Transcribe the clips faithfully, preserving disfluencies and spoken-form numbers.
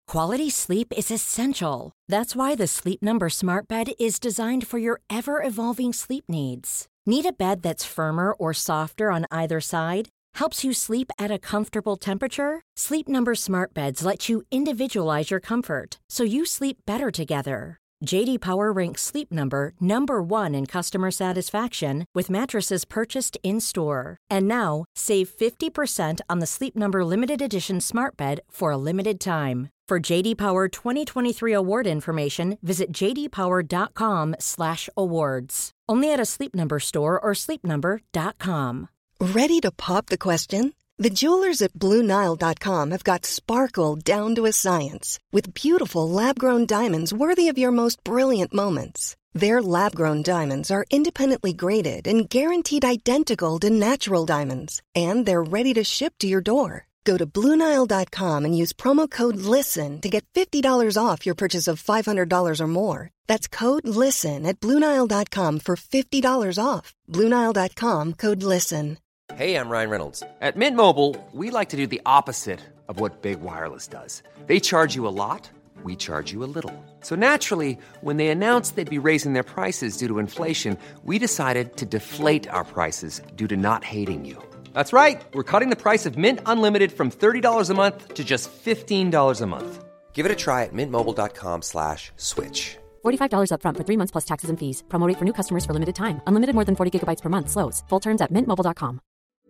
Quality sleep is essential. That's why the Sleep Number Smart Bed is designed for your ever-evolving sleep needs. Need a bed that's firmer or softer on either side? Helps you sleep at a comfortable temperature? Sleep Number Smart Beds let you individualize your comfort, so you sleep better together. J D Power ranks Sleep Number number one in customer satisfaction with mattresses purchased in-store. And now, save fifty percent on the Sleep Number Limited Edition Smart Bed for a limited time. For J D Power twenty twenty-three award information, visit j d power dot com slash awards. Only at a Sleep Number store or sleep number dot com. Ready to pop the question? The jewelers at Blue Nile dot com have got sparkle down to a science with beautiful lab-grown diamonds worthy of your most brilliant moments. Their lab-grown diamonds are independently graded and guaranteed identical to natural diamonds, and they're ready to ship to your door. Go to Blue Nile dot com and use promo code LISTEN to get fifty dollars off your purchase of five hundred dollars or more. That's code LISTEN at Blue Nile dot com for fifty dollars off. Blue Nile dot com, code LISTEN. Hey, I'm Ryan Reynolds. At Mint Mobile, we like to do the opposite of what Big Wireless does. They charge you a lot, we charge you a little. So naturally, when they announced they'd be raising their prices due to inflation, we decided to deflate our prices due to not hating you. That's right. We're cutting the price of Mint Unlimited from thirty dollars a month to just fifteen dollars a month. Give it a try at mintmobile.com slash switch. forty-five dollars up front for three months plus taxes and fees. Promo rate for new customers for limited time. Unlimited more than forty gigabytes per month. Slows full terms at mint mobile dot com.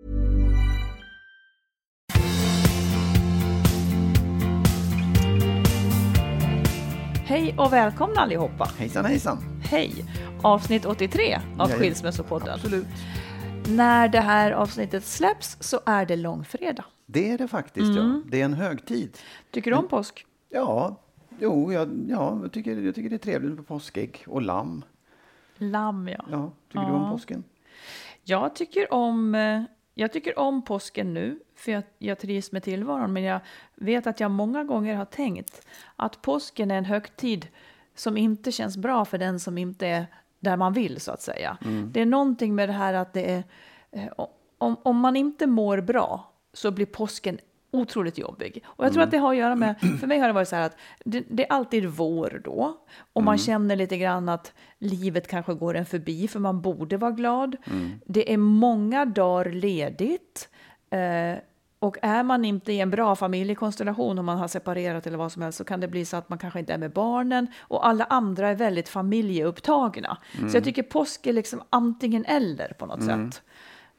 Hej och välkomna allihopa. Hejsan, hejsan. Hej. Avsnitt åttiotre av Ja, Skilsmässopodden. Absolut. När det här avsnittet släpps så är det långfredag. Det är det faktiskt, mm. ja. Det är en högtid. Tycker du om påsk? Ja, jo, jag, ja jag, tycker, jag tycker det är trevligt med påskägg och lamm. Lamm, ja. Ja, tycker ja. du om påsken? Jag tycker om, jag tycker om påsken nu, för jag, jag trivs med tillvaron. Men jag vet att jag många gånger har tänkt att påsken är en högtid som inte känns bra för den som inte är där man vill, så att säga. Mm. Det är någonting med det här att det är, om, om man inte mår bra så blir påsken otroligt jobbig. Och jag tror mm. att det har att göra med, för mig har det varit så här att det, det är alltid vår då. Och man mm. känner lite grann att livet kanske går en förbi, för man borde vara glad. Mm. Det är många dagar ledigt. Eh, och är man inte i en bra familjekonstellation, om man har separerat eller vad som helst, så kan det bli så att man kanske inte är med barnen. Och alla andra är väldigt familjeupptagna. Mm. Så jag tycker påsk är liksom antingen eller på något mm. sätt.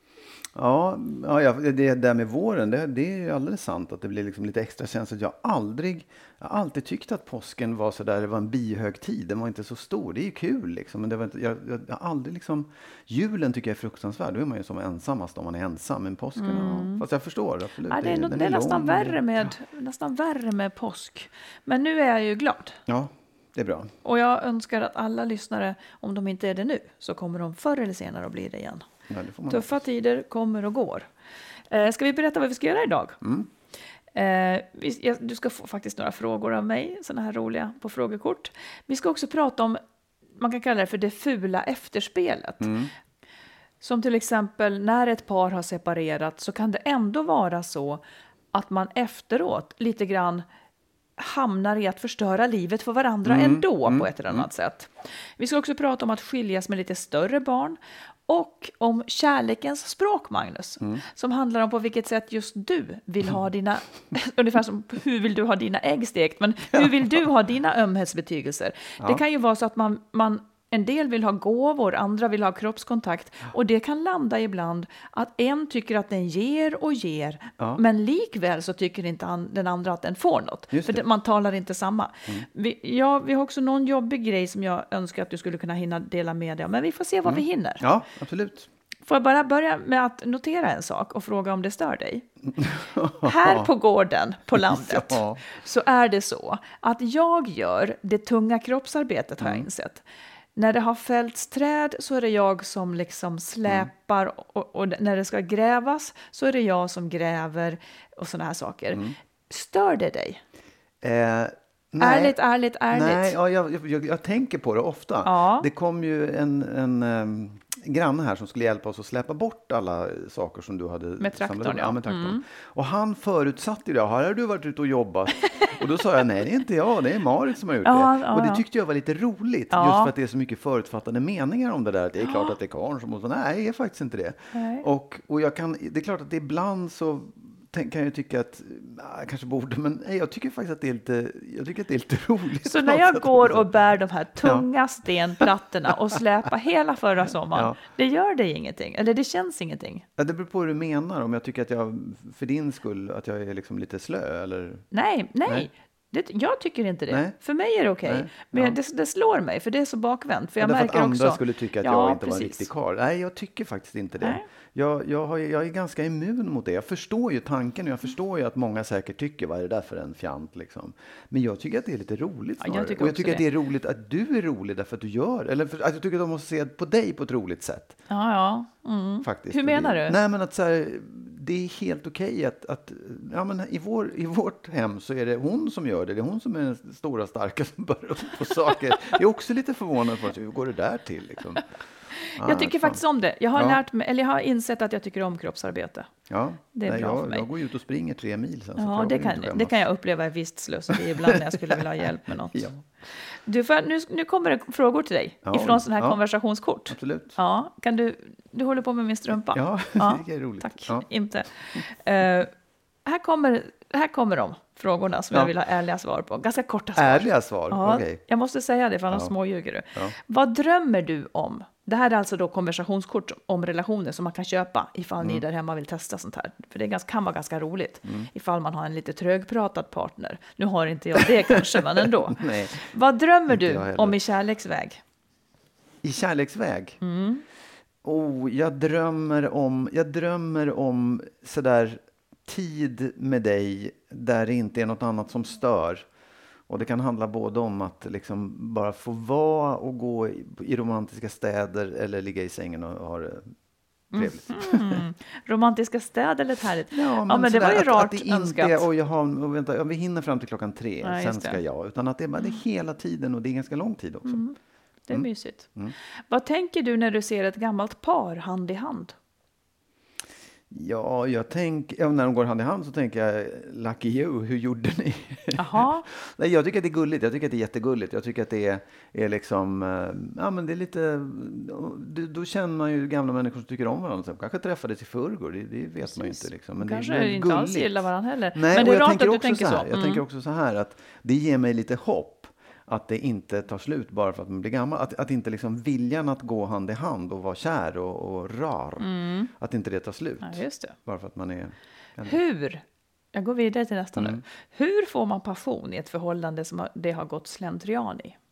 Ja, ja, det där med våren, det, det är ju alldeles sant att det blir liksom lite extra känsligt. Jag har aldrig, jag har alltid tyckt att påsken var så där, det var en bihögtid, den var inte så stor. Det är ju kul liksom, men det var inte, jag, jag, jag har aldrig liksom, julen tycker jag är fruktansvärd, då är man ju som ensammast om man är ensam, men påsken, mm. ja, fast jag förstår absolut. Ja, det är, det, det är, är nästan, värre med, ja. nästan värre med påsk, men nu är jag ju glad. Ja. Det är bra. Och jag önskar att alla lyssnare, om de inte är det nu, så kommer de förr eller senare att bli det igen. Ja, det får man Tuffa hoppas. Tider kommer och går. Eh, ska vi berätta vad vi ska göra idag? Mm. Eh, vi, jag, du ska få faktiskt några frågor av mig, såna här roliga på frågekort. Vi ska också prata om, man kan kalla det för det fula efterspelet. Mm. Som till exempel när ett par har separerat, så kan det ändå vara så att man efteråt lite grann hamnar i att förstöra livet för varandra mm, ändå mm, på ett eller annat mm. sätt. Vi ska också prata om att skiljas med lite större barn och om kärlekens språk, Magnus, mm. som handlar om på vilket sätt just du vill ha dina, ungefär som hur vill du ha dina ägg stekt, men hur vill du ha dina ömhetsbetygelser? Ja. Det kan ju vara så att man, man en del vill ha gåvor, andra vill ha kroppskontakt. Och det kan landa ibland att en tycker att den ger och ger. Ja. Men likväl så tycker inte han, den andra att den får något. För det, man talar inte samma. Mm. Vi, ja, vi har också någon jobbig grej som jag önskar att du skulle kunna hinna dela med dig om. Men vi får se vad mm. vi hinner. Ja, absolut. Får jag bara börja med att notera en sak och fråga om det stör dig? Här på gården, på landet, ja. så är det så att jag gör det tunga kroppsarbetet, har jag insett. När det har fällts träd så är det jag som liksom släpar mm. och, och när det ska grävas så är det jag som gräver och såna här saker. Mm. Stör det dig? Eh, nej. Ärligt, ärligt, ärligt. Nej, ja, jag, jag, jag tänker på det ofta. Ja. Det kom ju en, en, granne här som skulle hjälpa oss att släppa bort alla saker som du hade med traktorn, samlat. ja. Ja, med traktorn. Mm. Och han förutsatte ju det. Här har du varit ute och jobbat. Och då sa jag, nej det är inte jag, det är Marit som har gjort Ja, det. ja, och det ja. tyckte jag var lite roligt. Ja. Just för att det är så mycket förutfattade meningar om det där. Att det är klart att det är karln som måste. Nej, det är faktiskt inte det. Nej. Och, och jag kan, det är klart att det ibland så tänk, kan jag tycka att jag kanske borde, men nej, jag tycker faktiskt att det är lite, jag tycker att det är lite roligt. Så när jag går och bär de här tunga ja. stenplattorna och släpar hela förra sommaren, ja. det gör det ingenting, eller det känns ingenting. Ja, det beror på hur du menar, om jag tycker att jag, för din skull, att jag är liksom lite slö, eller? Nej, nej. nej. Det, jag tycker inte det. Nej. För mig är det okej. Okay. Men ja. det, det slår mig, för det är så bakvänt. För jag märker att andra också, skulle tycka att ja, jag inte precis. var en riktig karl. Nej, jag tycker faktiskt inte det. Nej. Jag, jag, har, jag är ganska immun mot det. Jag förstår ju tanken och jag förstår ju att många säkert tycker, vad är det där för en fjant liksom. Men jag tycker att det är lite roligt snarare. Ja, jag tycker och jag tycker det. att det är roligt att du är rolig därför att du gör. Eller för, att jag tycker att de måste se på dig på ett roligt sätt. Ja, ja. Mm. Faktiskt. Hur menar du? Nej, men att så här, det är helt okej att, att ja, men i, vår, i vårt hem så är det hon som gör det. Det är hon som är den stora starka som börjar upp på saker. Jag är också lite förvånad för att hur går det där till liksom. Ah, jag tycker faktiskt om det. Jag har, ja. lärt mig, eller jag har insett att jag tycker om kroppsarbete. Ja, det är nej, bra jag, för mig. Jag går ut och springer tre mil sen. Ja, så det kan, det kan jag uppleva i visst slöseri ibland när jag skulle vilja ha hjälp med något. Ja. Du, för, nu, nu kommer det frågor till dig ja, ifrån sådana här ja, konversationskort. Absolut. Ja, kan du, du håller på med min strumpa? Ja, ja det är roligt. Tack, ja. inte. Uh, här, kommer, här kommer de frågorna som ja. jag vill ha ärliga svar på. Ganska korta svar. Ärliga svar? Ja, okay. Jag måste säga det, för annars ja. småljuger du. Ja. Vad drömmer du om? Det här är alltså då konversationskort om relationer som man kan köpa ifall mm. ni där hemma vill testa sånt här. För det ganska, kan vara ganska roligt mm. ifall man har en lite trögpratad partner. Nu har inte jag det kanske, men ändå. Nej, vad drömmer du om i kärleksväg? I kärleksväg? Mm. Oh, jag drömmer om, jag drömmer om sådär tid med dig där det inte är något annat som stör. Och det kan handla både om att liksom bara få vara och gå i, i romantiska städer eller ligga i sängen och ha det trevligt. Mm. Romantiska städer lät härligt. Ja, men, ja, men det var ju att, rart att det önskat. Inte, och jag har, och vänta, vi hinner fram till klockan tre, Nej, sen ska jag. Utan att det är, bara, det är hela tiden och det är ganska lång tid också. Mm. Det är mm. mysigt. Mm. Vad tänker du när du ser ett gammalt par hand i hand? Ja, jag tänker, ja, när de går hand i hand så tänker jag, lucky you, hur gjorde ni? Jaha. Nej, jag tycker att det är gulligt, jag tycker att det är jättegulligt. Jag tycker att det är, är liksom, ja men det är lite, då, då känner man ju gamla människor som tycker om varandra. Så kanske träffades i förrgår, det, det vet Precis. man ju inte. Liksom. Men kanske det är inte gulligt. alls gillar varandra heller. Nej, men det är jag rart tänker att du också tänker så. så. Här, mm. Jag tänker också så här att det ger mig lite hopp. Att det inte tar slut bara för att man blir gammal. Att, att inte liksom viljan att gå hand i hand och vara kär och, och rar. Mm. Att inte det tar slut. Ja, just det. Bara för att man är... Hur? Jag går vidare till nästa mm. nu. Hur får man passion i ett förhållande som det har gått slentrian i?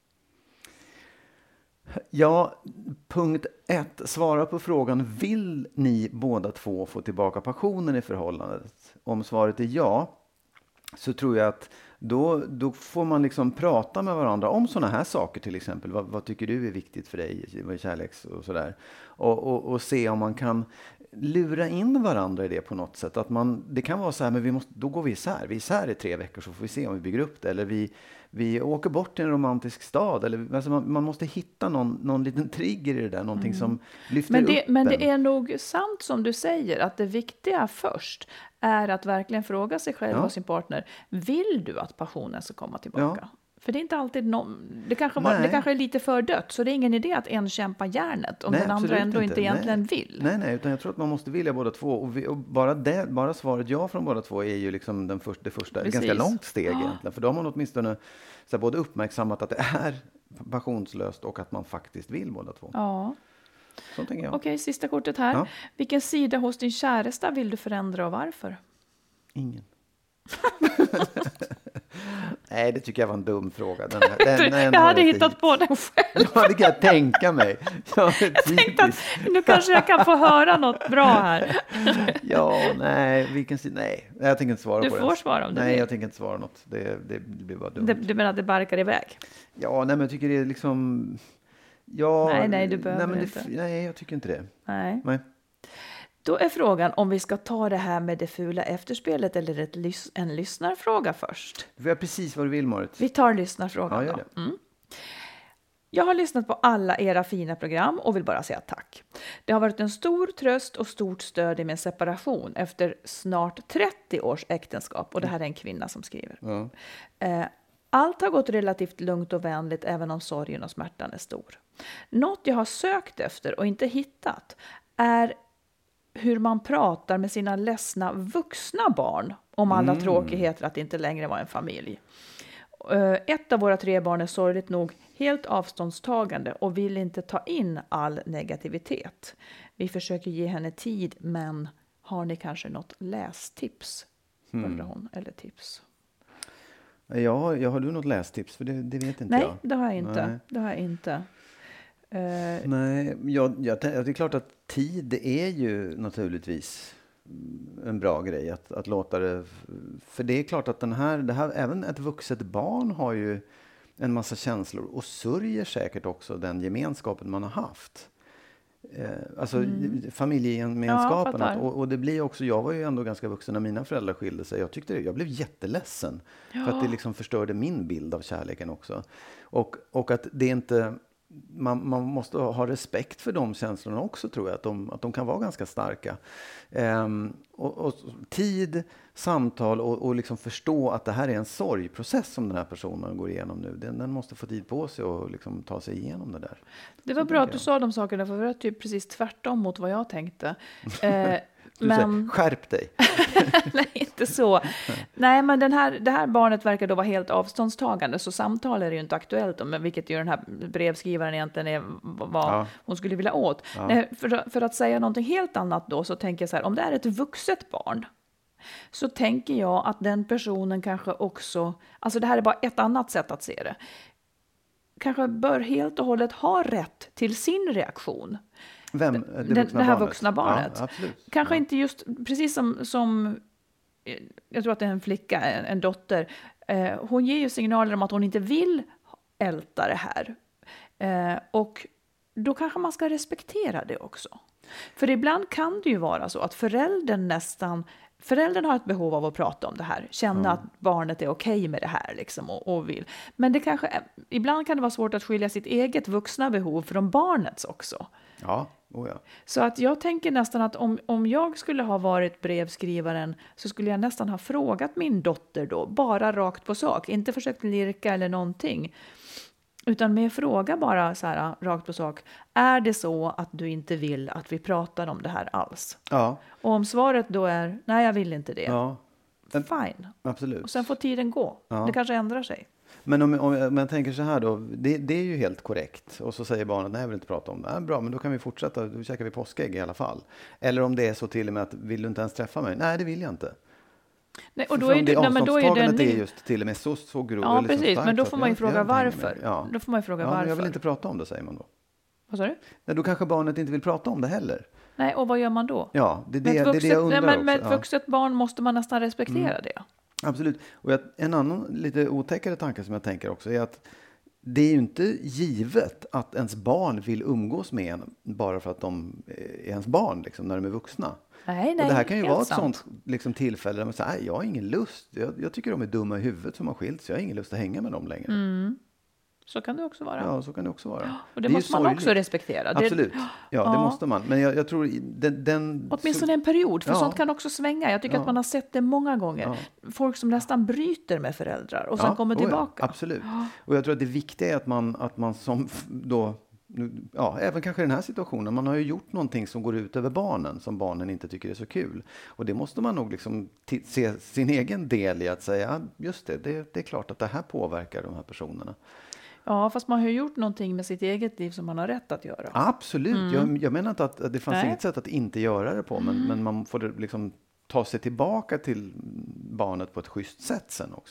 Ja, punkt ett. Svara på frågan. Vill ni båda två få tillbaka passionen i förhållandet? Om svaret är ja, så tror jag att Då, då får man liksom prata med varandra om såna här saker till exempel. Vad, vad tycker du är viktigt för dig? Vad är kärleks och sådär. Och, och, och se om man kan lura in varandra i det på något sätt. Att man, det kan vara så här, men vi måste, då går vi isär. Vi är isär i tre veckor så får vi se om vi bygger upp det. Eller vi, vi åker bort till en romantisk stad. Eller, alltså man, man måste hitta någon, någon liten trigger i det där. Någonting mm. som lyfter men det, upp Men en. det är nog sant som du säger. Att det viktiga först är att verkligen fråga sig själv ja. och sin partner. Vill du att passionen ska komma tillbaka? Ja. För det är inte alltid någon, det, kanske var, det kanske är lite för dött. Så det är ingen idé att en kämpa järnet om nej, den andra ändå inte, inte egentligen nej. vill. Nej, nej, utan jag tror att man måste vilja båda två. Och, vi, och bara, det, bara svaret ja från båda två är ju liksom den för, det första, ett ganska långt steg ja. egentligen. För då har man åtminstone så här, både uppmärksammat att det är passionslöst och att man faktiskt vill båda två. Ja. Så tänker jag. Okej, sista kortet här. Ja. Vilken sida hos din käresta vill du förändra och varför? Ingen. Nej, det tycker jag var en dum fråga. Den, den, den jag hade hittat hit. på den själv. Ja, det kan jag tänka mig. Ja, jag tänkte att nu kanske jag kan få höra något bra här. Ja, nej, vilken sida? Nej, jag tänker inte svara du på det. Du får svara om det. Nej, jag tänker inte svara något. Det, det blir bara dumt. Det, du menar att det barkar iväg? Ja, nej, men jag tycker det är liksom... Ja, nej, nej, du behöver nej, men inte. Det, nej, jag tycker inte det. Nej. nej. Då är frågan om vi ska ta det här med det fula efterspelet eller ett lys- en lyssnarfråga först. Du vet precis vad du vill, Marit. Vi tar lyssnarfrågan ja, då. Mm. Jag har lyssnat på alla era fina program och vill bara säga tack. Det har varit en stor tröst och stort stöd i min separation efter snart trettio års äktenskap. Och det här är en kvinna som skriver. Ja. Eh, Allt har gått relativt lugnt och vänligt även om sorgen och smärtan är stor. Något jag har sökt efter och inte hittat är hur man pratar med sina ledsna vuxna barn om alla Mm. tråkigheter att det inte längre var en familj. Eh, Ett av våra tre barn är sorgligt nog helt avståndstagande och vill inte ta in all negativitet. Vi försöker ge henne tid, men har ni kanske något lästips? Undrar hon, eller tips. Ja, jag har du något lästips? För det, det vet inte Nej, jag. det har jag inte. Nej. Det har jag inte. Eh, Nej, jag, jag, det är klart att tid är ju naturligtvis en bra grej att, att låta det. För det är klart att den här, det här, även ett vuxet barn har ju en massa känslor och sörjer säkert också den gemenskapen man har haft. Eh, alltså Mm. Ja, familjegemenskapen. jag att, och, och det blir också, jag var ju ändå ganska vuxen när mina föräldrar skilde sig. Jag tyckte det, jag blev jätteledsen. Ja. För att det liksom förstörde min bild av kärleken också. Och, och att det inte, man, man måste ha respekt för de känslorna också, tror jag. Att de, att de kan vara ganska starka. Ehm, och, och tid, samtal och, och liksom förstå att det här är en sorgprocess som den här personen går igenom nu. Den, den måste få tid på sig och liksom ta sig igenom det där. Det var Så bra att tänker du jag. sa de sakerna, för det var typ precis tvärtom mot vad jag tänkte. Eh, Du men säger, skärp dig. nej, inte så. Nej, men den här, det här barnet verkar då vara helt avståndstagande, så samtal är det ju inte aktuellt om, vilket ju den här brevskrivaren egentligen är vad Ja. hon skulle vilja åt. Ja. Nej, för, för att säga någonting helt annat då, så tänker jag så här, om det är ett vuxet barn, så tänker jag att den personen kanske också, alltså det här är bara ett annat sätt att se det, kanske bör helt och hållet ha rätt till sin reaktion. Vem? Det, Det, det, vuxna här barnet? vuxna barnet. Ja, absolut. Kanske Ja. inte just, precis som, som, jag tror att det är en flicka, en, en dotter. Eh, hon ger ju signaler om att hon inte vill älta det här. Eh, och då kanske man ska respektera det också. För ibland kan det ju vara så att föräldern nästan, föräldern har ett behov av att prata om det här. Känna att barnet är okej med det här liksom, och, och vill. Men det kanske, är- ibland kan det vara svårt att skilja sitt eget vuxna behov från barnets också. Ja, oh ja. Så att jag tänker nästan att om, om jag skulle ha varit brevskrivaren, så skulle jag nästan ha frågat min dotter då, bara rakt på sak. Inte försökt lirka eller någonting. Utan med fråga bara så här rakt på sak. Är det så att du inte vill att vi pratar om det här alls? Ja, Och om svaret då är nej, jag vill inte det. ja, Fine. absolut. Och sen får tiden gå. Ja. Det kanske ändrar sig. Men om, om, om jag tänker så här då, det, det är ju helt korrekt. Och så säger barnet, nej jag vill inte prata om det. Ja, bra, men då kan vi fortsätta, då käkar vi påskägg i alla fall. Eller om det är så till och med att, vill du inte ens träffa mig? Nej, det vill jag inte. Nej, och För då är om det, nej, men då är det avståndstagandet en är ny... just till och med så, så grov. Ja, eller så precis. starkt Men då så får att man ju jag- fråga jag inte hänger varför. med. Ja. Då får man ju fråga Ja, men varför. jag vill inte prata om det, säger man då. Vad sa du? Nej, då kanske barnet inte vill prata om det heller. Nej, och vad gör man då? Ja, det, det, Med ett det är det vuxet, jag undrar nej, men med ett också. Ja. vuxet barn måste man nästan respektera Mm. det. Absolut. Och jag, en annan lite otäckare tanke som jag tänker också är att det är ju inte givet att ens barn vill umgås med en bara för att de är ens barn liksom, när de är vuxna. Nej, nej, och det här kan ju helt vara ett sant. sånt liksom, tillfälle där man säger, nej, jag har ingen lust. Jag, jag tycker de är dumma i huvudet som har skilt sig. Jag har ingen lust att hänga med dem längre. Mm. Så kan det också vara. Ja, så kan det också vara. Och det, är ju måste man sorgligt. också respektera. Det, Absolut. Ja, Ja. det måste man. Men jag, jag tror i- den... den åtminstone en period, för Ja. sånt kan också svänga. Jag tycker Ja. att man har sett det många gånger. Folk som nästan bryter med föräldrar och sen Ja, kommer oh ja, tillbaka. absolut. Och jag tror att det viktiga är att man, att man som f- då, nu- ja, även kanske i den här situationen, man har ju gjort någonting som går ut över barnen, som barnen inte tycker är så kul. Och det måste man nog liksom ti- se sin egen del i att säga, ja, just det, det, det är klart att det här påverkar de här personerna. Ja, fast man har ju gjort någonting med sitt eget liv som man har rätt att göra. Absolut, jag, jag menar inte att, att det fanns Nej. inget sätt att inte göra det på, men, men man får det liksom ta sig tillbaka till barnet på ett schysst sätt sen också.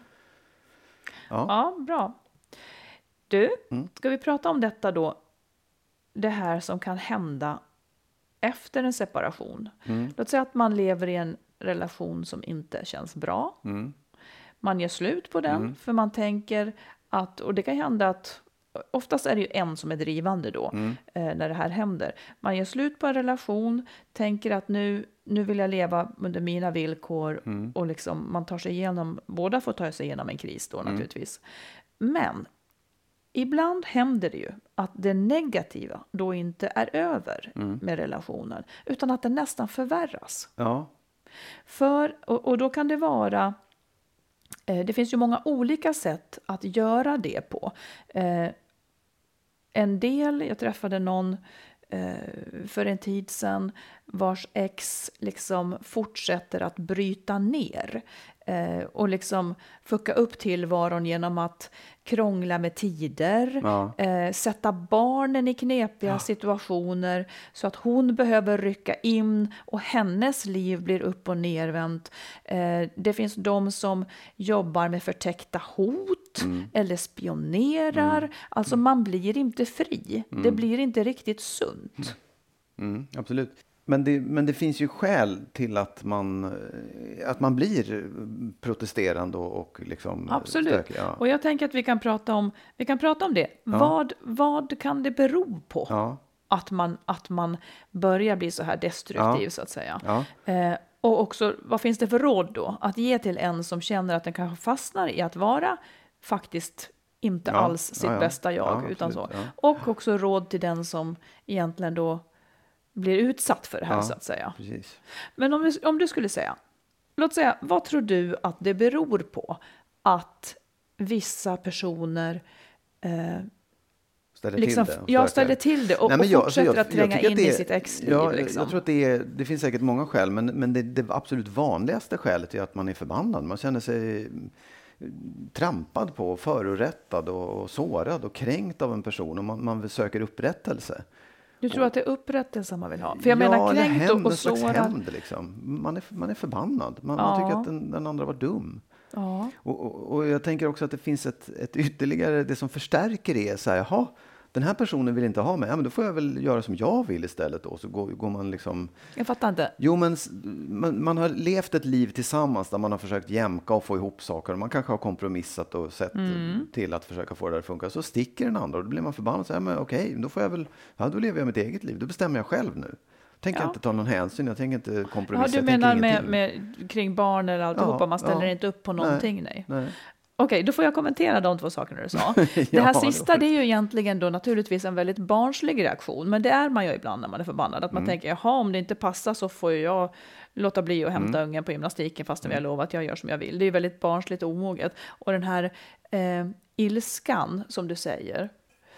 Ja. Ja, bra. Du, Mm. ska vi prata om detta då? Det här som kan hända efter en separation. Mm. Låt säga att man lever i en relation som inte känns bra. Mm. Man gör slut på den för man tänker att, och det kan hända att oftast är det ju en som är drivande då Mm. eh, när det här händer. Man gör slut på en relation, tänker att nu, nu vill jag leva under mina villkor Mm. och liksom man tar sig igenom, båda får ta sig igenom en kris då Mm. naturligtvis. Men ibland händer det ju att det negativa då inte är över Mm. med relationen, utan att det nästan förvärras. Ja. För, och, och då kan det vara, eh, det finns ju många olika sätt att göra det på. Eh, en del, jag träffade någon eh, för en tid sedan vars ex liksom fortsätter att bryta ner eh, och liksom fucka upp tillvaron genom att krångla med tider, Ja. eh, sätta barnen i knepiga Ja. situationer så att hon behöver rycka in och hennes liv blir upp- och nervänt. Eh, det finns de som jobbar med förtäckta hot Mm. eller spionerar. Alltså man blir inte fri. Det blir inte riktigt sunt. Mm, absolut. Men det, men det finns ju skäl till att man, att man blir protesterande och, och liksom Absolut. stökig. Ja. Och jag tänker att vi kan prata om, vi kan prata om det. Vad, vad kan det bero på Ja. att, man, att man börjar bli så här destruktiv Ja. så att säga? Ja. Eh, och också, vad finns det för råd då att ge till en som känner att den kanske fastnar i att vara faktiskt inte Ja. alls sitt Ja, ja. bästa jag, Ja, utan så. absolut. Ja. Och också råd till den som egentligen då blir utsatt för det här Ja. så att säga. Precis. Men om, du- om du skulle säga, låt säga, vad tror du att det beror på att vissa personer eh, Ställer liksom, till det. och jag stökar. ställer till det och, Nej, men och jag- fortsätter alltså jag- att jag tränga tycker in det i är- sitt exliv. Ja, liksom. Jag tror att det, är, det finns säkert många skäl, men, men det, det absolut vanligaste skälet är att man är förbannad. Man känner sig trampad på, förorättad och, och sårad och kränkt av en person och man, man söker upprättelse. Du tror att det är upprättelse man vill ha? För jag ja, menar eller kränkt hämnd, och, och en slags sårad. hämnd, liksom. man, är, man är förbannad. Man, man Ja. tycker att den, den andra var dum. Ja. Och, och, och jag tänker också att det finns ett, ett ytterligare, det som förstärker det är så här, jaha, den här personen vill inte ha mig, ja, men då får jag väl göra som jag vill istället då. Så går, går man liksom... Jag fattar inte. Jo, men s- man, man har levt ett liv tillsammans där man har försökt jämka och få ihop saker. Och man kanske har kompromissat och sett Mm. till att försöka få det där att funka. Så sticker den andra och då blir man förbannad och säger, men okej, då får jag väl, ja, då lever jag mitt eget liv. Då bestämmer jag själv nu. Tänker Ja. inte ta någon hänsyn, jag tänker inte Ja, kompromissa. du jag tänker menar med, ingenting. med kring barn eller alltihopa, Ja, man ställer ja. inte upp på någonting, nej. Nej. Okej, då får jag kommentera de två sakerna du sa. Det Ja, här det sista, var- det är ju egentligen då naturligtvis en väldigt barnslig reaktion, men det är man ju ibland när man är förbannad. Att man Mm. tänker, jaha, om det inte passar så får ju jag låta bli att hämta Mm. ungen på gymnastiken fastän vi har lovat att jag gör som jag vill. Det är ju väldigt barnsligt och omoget. Och den här eh, ilskan, som du säger.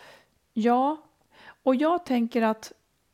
Ja, och jag tänker att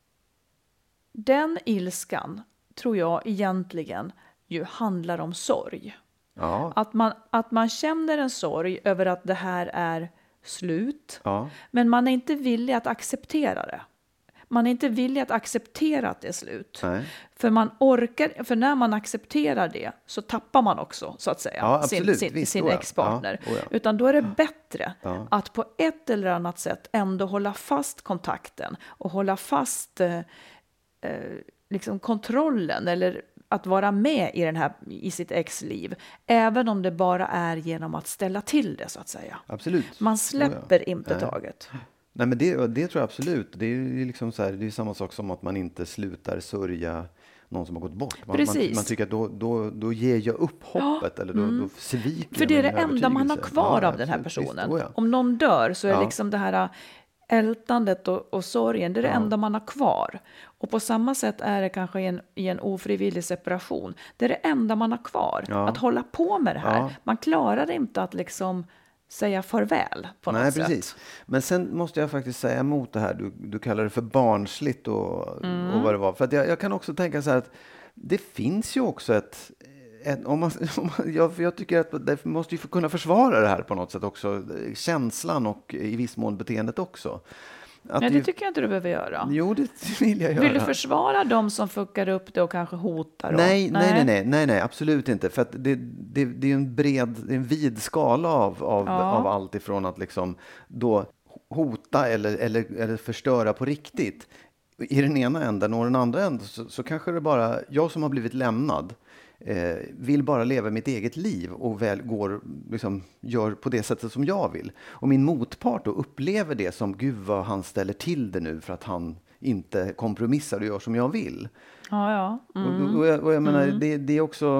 den ilskan tror jag egentligen ju handlar om sorg. Ja, Att man, att man känner en sorg över att det här är slut, ja, men man är inte villig att acceptera det. Man är inte villig att acceptera att det är slut. nej. För man orkar, för när man accepterar det så tappar man också, så att säga, Ja, sin, absolut. sin, Visst, sin oh ja. ex-partner. Ja, oh ja. Utan då är det bättre Ja. att på ett eller annat sätt ändå hålla fast kontakten och hålla fast eh, eh, liksom kontrollen eller att vara med i, den här, i sitt ex-liv. Även om det bara är genom att ställa till det, så att säga. Absolut. Man Oh släpper ja. inte Nej. taget. Nej, men det, det tror jag absolut. Det är ju liksom så här, det är samma sak som att man inte slutar sörja någon som har gått bort. Man, man, Precis. man tycker att då, då, då ger jag upp hoppet eller då, då sviker För jag det är det min enda man har övertygelse. kvar Ja, av den här absolut. personen. Visst, oh ja. Om någon dör så är Ja. liksom det här ältandet och, och sorgen, det är det Ja. enda man har kvar. Och på samma sätt är det kanske i en, i en ofrivillig separation. Det är det enda man har kvar. Ja. Att hålla på med det här. Ja. Man klarar inte att liksom säga farväl på något Nej, sätt. precis. Men sen måste jag faktiskt säga emot det här. Du, du kallar det för barnsligt och, Mm. och vad det var. För att jag, jag kan också tänka så här att det finns ju också ett... ett om man, om man, jag, för jag tycker att det måste ju få kunna försvara det här på något sätt också. Känslan och i viss mån beteendet också. Att Nej, det ju- tycker jag inte du behöver göra. Jo, det vill jag göra. Vill du försvara dem som fuckar upp det och kanske hotar dem? Nej, nej, nej, nej, nej, nej, absolut inte. För att det, det, det är en bred, det är en vid skala av, av, Ja. av allt ifrån att liksom då hota eller, eller, eller förstöra på riktigt i den ena änden, och den andra änden så, så kanske det bara, jag som har blivit lämnad eh, vill bara leva mitt eget liv och väl går, liksom, gör på det sättet som jag vill. Och min motpart då upplever det som, gud vad han ställer till det nu för att han inte kompromissar och gör som jag vill. Ja, ja. Mm. Och, och, jag, och jag menar, det, det är också...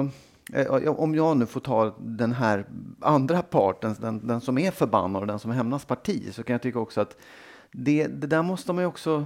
Om jag nu får ta den här andra parten, den, den som är förbannad och den som hämnas parti, så kan jag tycka också att det, det där måste man ju också,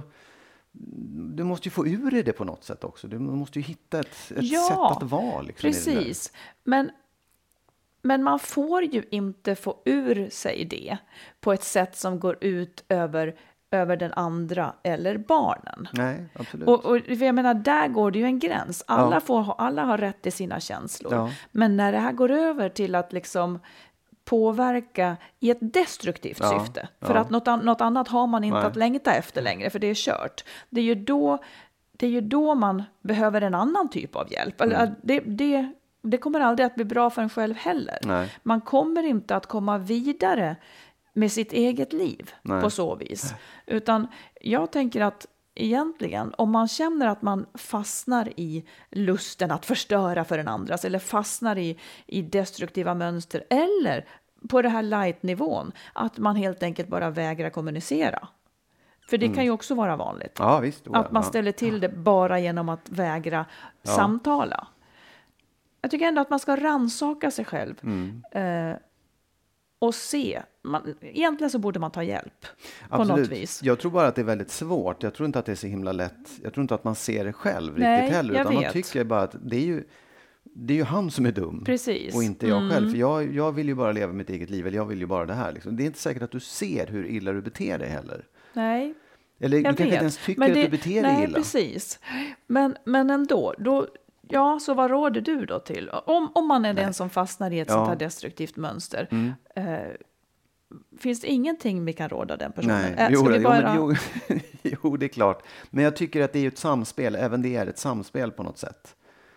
du måste ju få ur det på något sätt också. Du måste ju hitta ett, ett ja, sätt att vara. Liksom, precis. Men, men man får ju inte få ur sig det på ett sätt som går ut över över den andra eller barnen. Nej, absolut. Och, och för jag menar, där går det ju en gräns. Alla, Ja. får, alla har rätt till sina känslor. Ja. Men när det här går över till att liksom påverka i ett destruktivt Ja, syfte. För ja. att något, an- något annat har man inte Nej. att längta efter längre, för det är kört. Det är ju då, det är ju då man behöver en annan typ av hjälp. Eller, Mm. det, det, det kommer aldrig att bli bra för en själv heller. Nej. Man kommer inte att komma vidare med sitt eget liv Nej. på så vis. Utan jag tänker att egentligen, om man känner att man fastnar i lusten att förstöra för en andras, eller fastnar i, i destruktiva mönster, eller på det här light-nivån, att man helt enkelt bara vägrar kommunicera. För det kan ju också vara vanligt. Ja, visst. Att man Ja. ställer till det bara genom att vägra Ja. samtala. Jag tycker ändå att man ska rannsaka sig själv. Mm. Eh, och se. Man, egentligen så borde man ta hjälp på Absolut. något vis. Jag tror bara att det är väldigt svårt. Jag tror inte att det är så himla lätt. Jag tror inte att man ser det själv Nej, riktigt heller. jag Utan man vet. tycker bara att det är ju, det är ju han som är dum. Precis. Och inte jag Mm. själv. För jag, jag vill ju bara leva mitt eget liv. Eller jag vill ju bara det här. Liksom. Det är inte säkert att du ser hur illa du beter dig heller. Nej, Eller du jag kanske vet. inte ens tycker Men att det- du beter dig nej, illa. precis. Men, men ändå, då, ja, så vad råder du då till? Om, om man är den som fastnar i ett Ja. sånt här destruktivt mönster. Mm. Eh, finns det ingenting vi kan råda den personen? Nej, Eh, jo, ska vi jo, bara... men, jo, jo, det är klart. Men jag tycker att det är ett samspel. Även det är ett samspel på något sätt.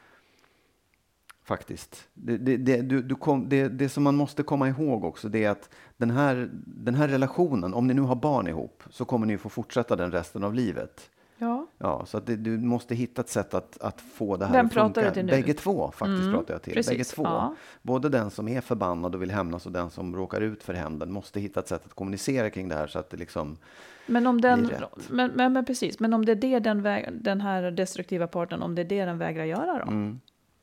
Faktiskt. Det, det, det, du, du kom, det, det som man måste komma ihåg också, det är att den här, den här relationen, om ni nu har barn ihop, så kommer ni få fortsätta den resten av livet. Ja. Ja, så att det, du måste hitta ett sätt att, att få det här Vem att funka. pratar du till nu? Bägge två faktiskt Mm, pratar jag till. precis, Bägge två. ja. Både den som är förbannad och vill hämnas och den som råkar ut för hämnden måste hitta ett sätt att kommunicera kring det här så att det liksom Men om den, blir rätt. men, men, men precis, men om det är det den, väg, den här destruktiva parten, om det är det den vägrar göra då? Mm.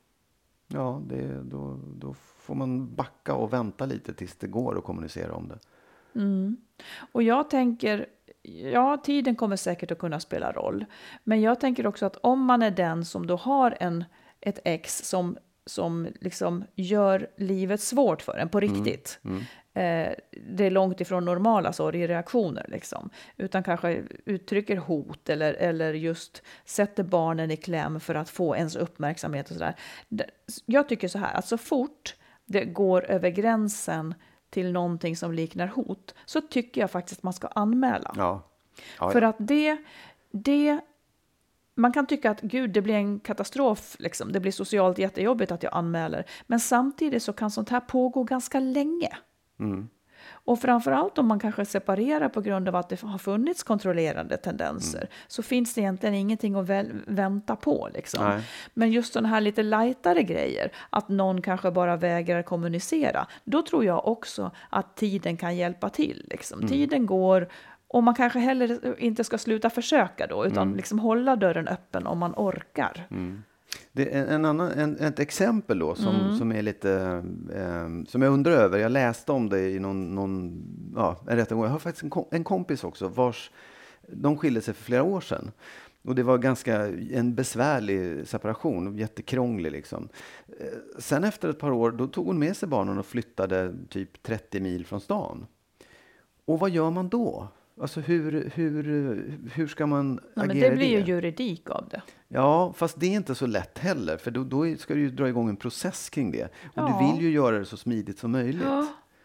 Ja, det, då, då får man backa och vänta lite tills det går att kommunicera om det. Mm. Och jag tänker, ja, tiden kommer säkert att kunna spela roll. Men jag tänker också att om man är den som då har en, ett ex som, som liksom gör livet svårt för en på riktigt. Mm. Eh, det är långt ifrån normala sorgreaktioner liksom. Utan kanske uttrycker hot eller, eller just sätter barnen i kläm för att få ens uppmärksamhet och sådär. Det- Jag tycker så här, att så fort det går över gränsen till någonting som liknar hot, så tycker jag faktiskt att man ska anmäla. Ja. Ja, För ja. att det, det, man kan tycka att gud, det blir en katastrof, liksom. Det blir socialt jättejobbigt att jag anmäler. Men samtidigt så kan sånt här pågå ganska länge. Mm. Och framförallt om man kanske separerar på grund av att det har funnits kontrollerande tendenser, Mm. så finns det egentligen ingenting att väl, vänta på. Liksom. Nej. Men just sådana här lite lightare grejer, att någon kanske bara vägrar kommunicera, då tror jag också att tiden kan hjälpa till. Liksom. Mm. Tiden går, och man kanske heller inte ska sluta försöka då, utan Mm. liksom hålla dörren öppen om man orkar. Det är en annan, en, ett exempel då som, Mm. som är lite eh, som jag undrar över. Jag läste om det i någon, någon ja, en rättegång. Jag har faktiskt en, kom, en kompis också vars de skilde sig för flera år sedan. Och det var ganska en besvärlig separation, jättekrånglig liksom. Eh, Sen efter ett par år då tog hon med sig barnen och flyttade typ trettio mil från stan. Och vad gör man då? Alltså hur, hur, hur ska man Ja, men agera det blir i ju det? juridik av det. Ja, fast det är inte så lätt heller. För då, då ska du ju dra igång en process kring det. Och Ja. du vill ju göra det så smidigt som möjligt. Ja,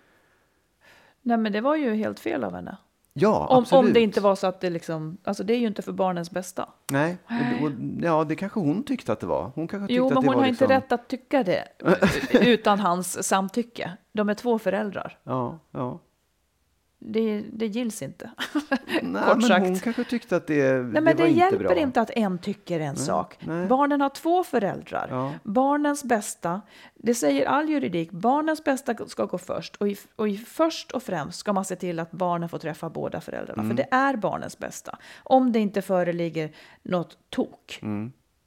Nej, men det var ju helt fel av henne. ja Om, absolut. om det inte var så att det liksom, alltså det är ju inte för barnens bästa. Nej, och, och, ja det kanske hon tyckte att det var. Hon kanske tyckte Jo, men att det hon var har liksom, inte rätt att tycka det utan hans samtycke. De är två föräldrar. Ja, ja. Det, det gills inte. Nej, Kort men sagt. hon kanske tyckte att det, Nej, det men var det inte hjälper bra. inte att en tycker en sak. nej. Barnen har två föräldrar. Ja. Barnens bästa, det säger all juridik, barnens bästa ska gå först. Och, i, och i först och främst ska man se till att barnen får träffa båda föräldrarna. Mm. För det är barnens bästa. Om det inte föreligger något tok. Mm.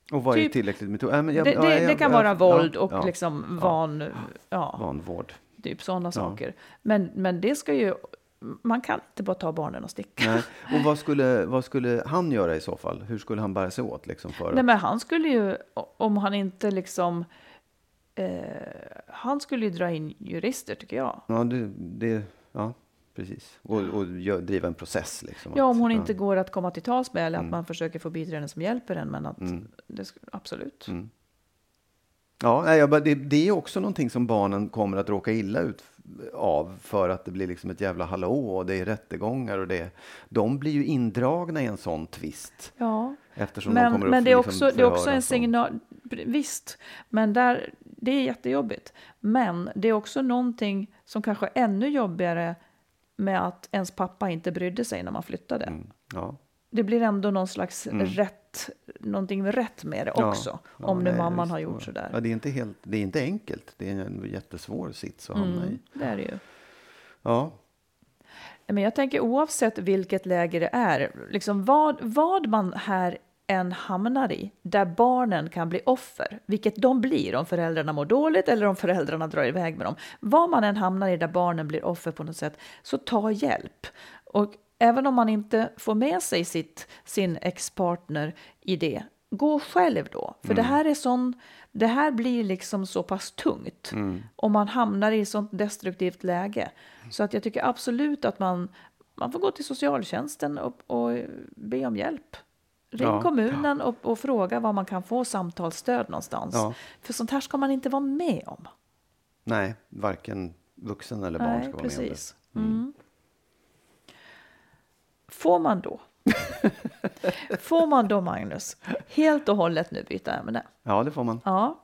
Och vad typ, är tillräckligt metod? Äh, men jag, det, ja, det, jag, det kan jag, vara våld ja, och ja, liksom ja, van, ja, vanvård. Typ sådana Ja. saker. Men, men det ska ju, man kan inte bara ta barnen och sticka. Nej. Och vad skulle, vad skulle han göra i så fall? Hur skulle han bära sig åt? Liksom, för Nej, att... men han skulle ju, om han inte liksom, eh, han skulle ju dra in jurister tycker jag. Ja, det, det, ja precis. Och, och gör, driva en process. Liksom, Ja, att, om hon ja. inte går att komma till tals med, eller Mm. att man försöker få biträden som hjälper en, men att Mm. det sk- absolut. Mm. Ja, nej, jag bara, det, det är också någonting som barnen kommer att råka illa ut av, för att det blir liksom ett jävla hallå och det är rättegångar och det, de blir ju indragna i en sån tvist. Ja, Eftersom men, de kommer men att det är liksom också, det är också en förhöras om- signal, visst, men där, det är jättejobbigt. Men det är också någonting som kanske är ännu jobbigare med att ens pappa inte brydde sig när man flyttade. Mm, ja. Det blir ändå någon slags Mm. rätt, någonting rätt med det Ja, också. ja, om nu nej, mamman visst. har gjort sådär. Ja, det är inte helt, det är inte enkelt. Det är en jättesvår sits att hamna Mm, i. det är det ju. Ja. Men jag tänker oavsett vilket läge det är, liksom vad, vad man här än hamnar i, där barnen kan bli offer, vilket de blir om föräldrarna mår dåligt eller om föräldrarna drar iväg med dem. Vad man än hamnar i där barnen blir offer på något sätt, så ta hjälp. Och även om man inte får med sig sitt, sin ex-partner i det, gå själv då. För mm. det här är sån, det här blir liksom så pass tungt Mm. om man hamnar i ett sånt destruktivt läge. Så att jag tycker absolut att man, man får gå till socialtjänsten och, och be om hjälp. Ring Ja. kommunen och, och fråga var man kan få samtalsstöd någonstans. Ja. För sånt här ska man inte vara med om. Nej, varken vuxen eller barn Nej, ska vara precis. med om det. Mm. Mm. Får man då? Får man då, Magnus, helt och hållet nu byta ämne? Ja, det får man. Ja.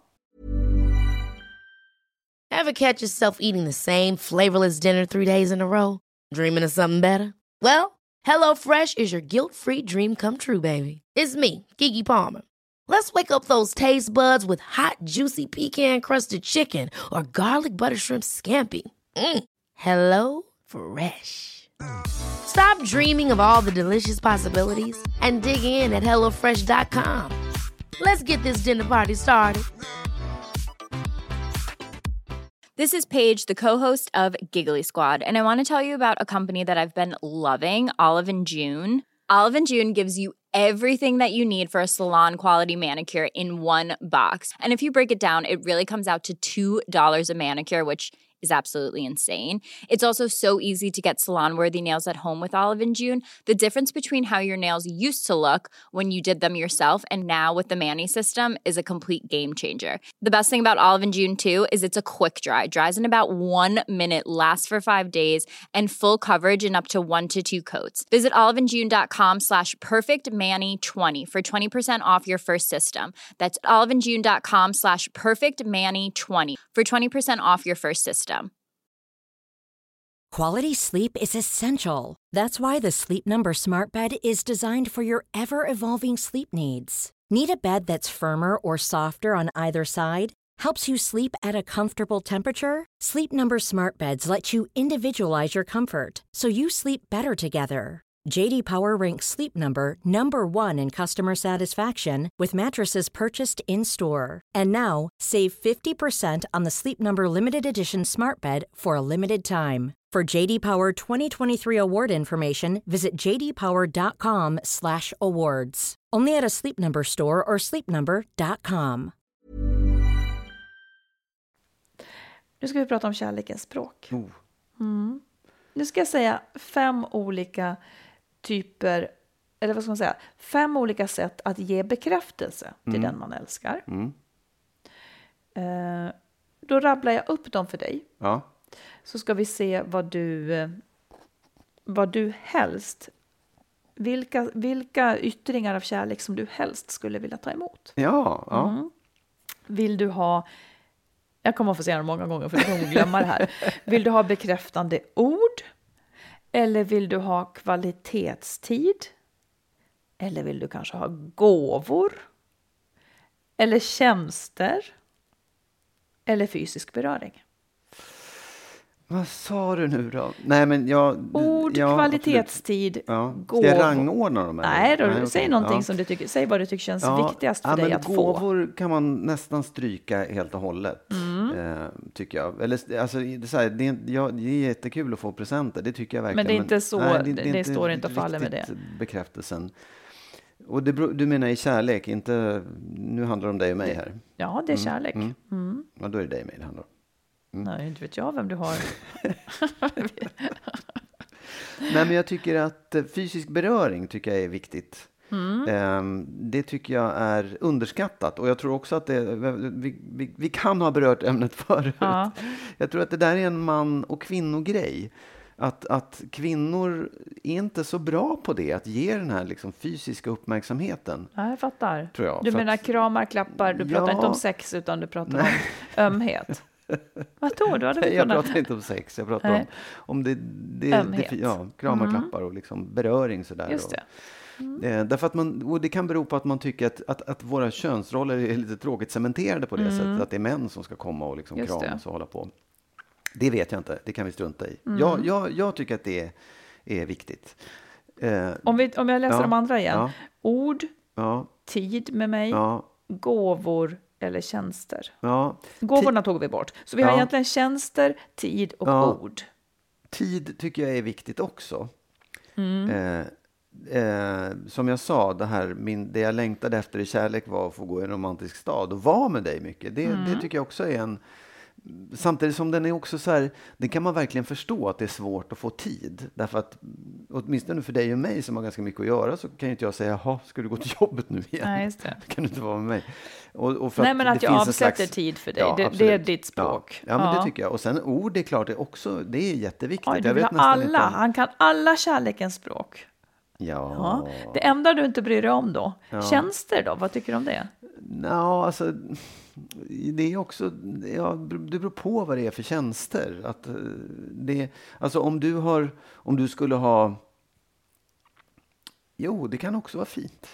Ever catch yourself eating the same flavorless dinner three days in a row? Dreaming of something better? Well, HelloFresh is your guilt-free dream come true, baby. It's me, Keke Palmer. Let's wake up those taste buds with hot, juicy pecan-crusted chicken or garlic butter shrimp scampi. Mm. Hello Fresh. Stop dreaming of all the delicious possibilities and dig in at hello fresh dot com. Let's get this dinner party started. This is Paige, the co-host of Giggly Squad, and I want to tell you about a company that I've been loving, Olive and June. Olive and June gives you everything that you need for a salon-quality manicure in one box. And if you break it down, it really comes out to two dollars a manicure, which is absolutely insane. It's also so easy to get salon-worthy nails at home with Olive and June. The difference between how your nails used to look when you did them yourself and now with the Mani system is a complete game changer. The best thing about Olive and June, too, is it's a quick dry. Dries in about one minute, lasts for five days, and full coverage in up to one to two coats. Visit oliveandjune.com slash perfectmani20 for twenty percent off your first system. That's oliveandjune.com slash perfectmani20 for twenty percent off your first system. Quality sleep is essential. That's why the Sleep Number Smart Bed is designed for your ever-evolving sleep needs. Need a bed that's firmer or softer on either side? Helps you sleep at a comfortable temperature? Sleep Number Smart Beds let you individualize your comfort, so you sleep better together. J D Power ranks Sleep Number number one in customer satisfaction with mattresses purchased in-store. And now, save fifty percent on the Sleep Number Limited Edition Smart Bed for a limited time. For J D Power twenty twenty-three award information, visit j d power dot com slash awards. Only at a Sleep Number store or sleep number dot com. Nu ska vi prata om kärlekens språk. Oh. Mm. Nu ska jag säga fem olika typer, eller vad ska man säga, fem olika sätt att ge bekräftelse till Mm. den man älskar. Mm. Eh, då rabblar jag upp dem för dig. Ja. Så ska vi se vad du, eh, vad du helst, vilka, vilka yttringar av kärlek som du helst skulle vilja ta emot. Ja, ja. Mm. Vill du ha, jag kommer att få säga det många gånger för du kommer att glömma det här. Vill du ha bekräftande ord? Eller vill du ha kvalitetstid? Eller vill du kanske ha gåvor? Eller tjänster? Eller fysisk beröring? Vad sa du nu då? Nej, men jag... Ord, ja, kvalitetstid, ja. gåvor. Ska jag rangordna dem? Eller? Nej, då, Nej, säg okay. någonting ja. som du tycker, säg vad du tycker känns ja. viktigast för ja, dig men att gåvor få. Gåvor kan man nästan stryka helt och hållet, mm. eh, tycker jag. Eller, alltså, det, är så här, det, är, ja, det är jättekul att få presenter, det tycker jag verkligen. Men det är inte så, nej, det, det, det, det inte står inte och faller med det. Bekräftelsen. Och det, du menar i kärlek, inte... Nu handlar det om dig och mig här. Ja, det är kärlek. Mm. Mm. Ja, då är det dig och mig det handlar om. Mm. Nej, inte vet jag vem du har. Nej, men jag tycker att fysisk beröring tycker jag är viktigt. Mm. Det tycker jag är underskattat. Och jag tror också att det, vi, vi, vi kan ha berört ämnet förut. Ja. Jag tror att det där är en man- och kvinnogrej. Att, att kvinnor är inte så bra på det, att ge den här liksom fysiska uppmärksamheten. Ja, jag fattar. Tror jag. Du För menar att, kramar, klappar, du pratar ja, inte om sex utan du pratar nej. om ömhet. Vad tror du? Nej, jag pratar inte om sex, jag pratar om, om det, det, ömhet. det, ja, kramar, mm. klappar och liksom beröring sådär. Just det. Mm. Eh, därför att man, och det kan bero på att man tycker att, att, att våra könsroller är lite tråkigt cementerade på det mm. sättet, att det är män som ska komma och liksom kramas och hålla på. Det vet jag inte, det kan vi strunta i. Mm. Jag, jag, jag tycker att det är, är viktigt. Eh, om, vi, om jag läser ja, de andra igen. Ja. Ord, ja, tid med mig, ja, gåvor eller tjänster. Ja. Gåvorna tog vi bort. Så vi har ja. egentligen tjänster, tid och ja. ord. Tid tycker jag är viktigt också. Mm. Eh, eh, som jag sa, det, här, min, det jag längtade efter i kärlek var att få gå i en romantisk stad och vara med dig mycket. Det, mm. det tycker jag också är en... Samtidigt som den är också så här, det kan man verkligen förstå att det är svårt att få tid. Därför att åtminstone för dig och mig som har ganska mycket att göra så kan ju inte jag säga, jaha, ska du gå till jobbet nu igen? Nej, just det. Kan du inte vara med mig? Och, och för Nej, att men att det jag finns avsätter slags, tid för dig, ja, det, det är ditt språk. Ja, ja men ja. det tycker jag. Och sen ord, det är klart, det är också, det är jätteviktigt. Ja, du jag vill vet ha alla, inte. han kan alla kärlekens språk. Ja. ja. Det enda du inte bryr dig om då, ja. Tjänster då, vad tycker du om det? Ja, alltså... Det är också, ja, det beror på vad det är för tjänster. Att det, alltså om du har, om du skulle ha, jo, det kan också vara fint.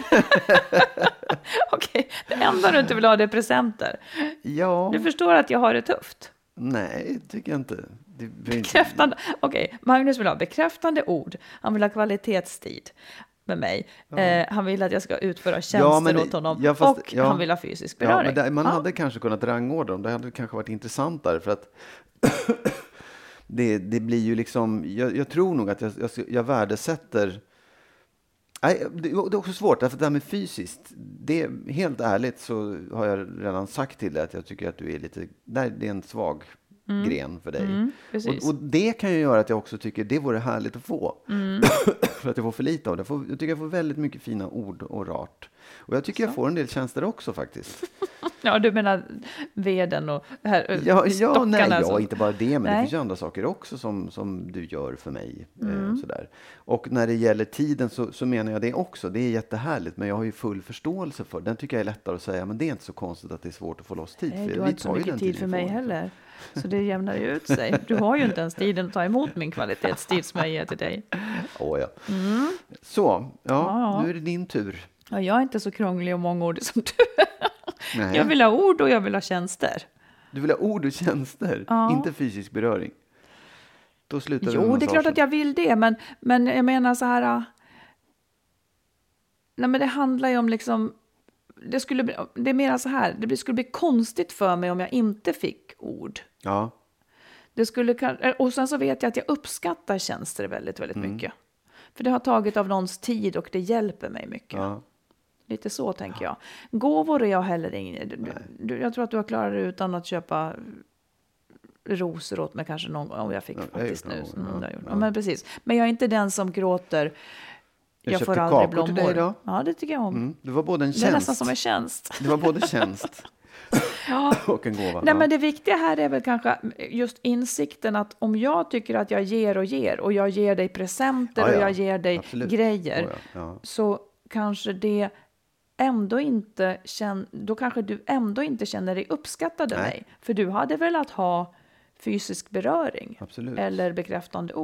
Okej, det enda du inte vill ha det är presenter. Ja. Du förstår att jag har det tufft. Nej, tycker jag inte. Det bekräftande, okej, Magnus vill ha bekräftande ord. Han vill ha kvalitetstid med mig. Ja. Eh, han vill att jag ska utföra tjänster ja, men, åt honom ja, fast, och ja, han vill ha fysisk beröring. Ja, men det, man ja. hade kanske kunnat rangordna dem. Det hade kanske varit intressantare för att det, det blir ju liksom, jag, jag tror nog att jag, jag, jag värdesätter. Nej, det, det är också svårt, därför att det här med fysiskt, det, helt ärligt så har jag redan sagt till dig att jag tycker att du är lite, nej, det är en svag mm. gren för dig. Mm, och, och det kan ju göra att jag också tycker det vore härligt att få. Mm. För att jag får för lite av det. Jag, får, jag tycker jag får väldigt mycket fina ord och rart. Och jag tycker så. Jag får en del tjänster också faktiskt. Ja, du menar veden och här, ja, ja, nej, ja, så. inte bara det, men nej. Det finns ju andra saker också som, som du gör för mig. Mm. Eh, sådär. Och när det gäller tiden så, så menar jag det också. Det är jättehärligt, men jag har ju full förståelse för. Den tycker jag är lättare att säga, men det är inte så konstigt att det är svårt att få loss tid. Nej, för du har inte så mycket tid för mig heller. Så det jämnar ju ut sig. Du har ju inte ens tiden att ta emot min kvalitetstid som jag ger till dig. Åh ja. Mm. Så, ja, ja, nu är det din tur. Ja, jag är inte så krånglig och mångordig som du. Nej. Jag vill ha ord och jag vill ha tjänster. Du vill ha ord och tjänster, ja. Inte fysisk beröring. Då slutar jo, det är klart att jag vill det, men, men jag menar så här. Nej, men det handlar ju om liksom. Det, skulle bli, det är mer så här, det skulle bli konstigt för mig om jag inte fick ord. Ja. Det skulle, och sen så vet jag att jag uppskattar tjänster väldigt, väldigt mm. mycket. För det har tagit av någons tid och det hjälper mig mycket. Ja. Lite så tänker jag. Gåvor är jag heller ingen. Du, jag tror att du har klarat det utan att köpa rosor åt mig kanske någon gång. Om jag fick ja, faktiskt nu. Ja, ja. Ja, men precis. Men jag är inte den som gråter. Jag, jag får aldrig blommor. Till dig då. Ja, det tycker jag om. Mm. Det var både en tjänst. Det är nästan som en tjänst. Det var både tjänst ja. och en gåva. Nej, ja. men det viktiga här är väl kanske just insikten att om jag tycker att jag ger och ger och jag ger dig presenter ja, ja. och jag ger dig absolut. Grejer oh, ja. Ja. så kanske det ändå inte känn, då kanske du ändå inte känner dig uppskattad av mig. För du hade velat ha fysisk beröring absolut. Eller bekräftande ord. Ja.